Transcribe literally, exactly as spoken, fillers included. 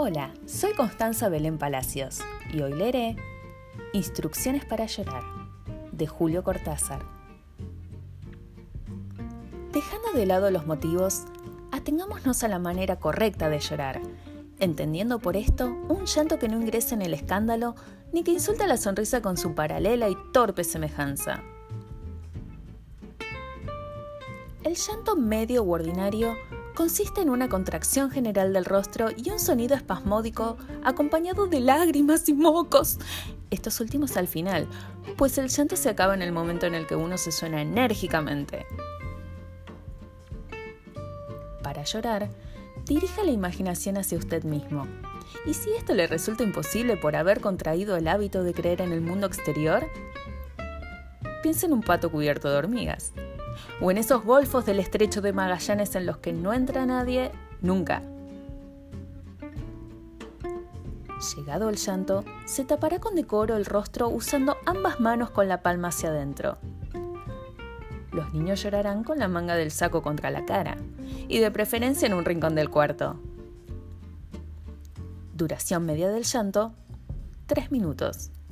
Hola, soy Constanza Belén Palacios y hoy leeré Instrucciones para llorar, de Julio Cortázar. Dejando de lado los motivos, atengámonos a la manera correcta de llorar, entendiendo por esto un llanto que no ingresa en el escándalo ni que insulta la sonrisa con su paralela y torpe semejanza. El llanto medio u ordinario consiste en una contracción general del rostro y un sonido espasmódico acompañado de lágrimas y mocos. Estos últimos al final, pues el llanto se acaba en el momento en el que uno se suena enérgicamente. Para llorar, dirija la imaginación hacia usted mismo. Y si esto le resulta imposible por haber contraído el hábito de creer en el mundo exterior, piense en un pato cubierto de hormigas. O en esos golfos del estrecho de Magallanes en los que no entra nadie nunca. Llegado el llanto, se tapará con decoro el rostro usando ambas manos con la palma hacia adentro. Los niños llorarán con la manga del saco contra la cara, y de preferencia en un rincón del cuarto. Duración media del llanto, tres minutos.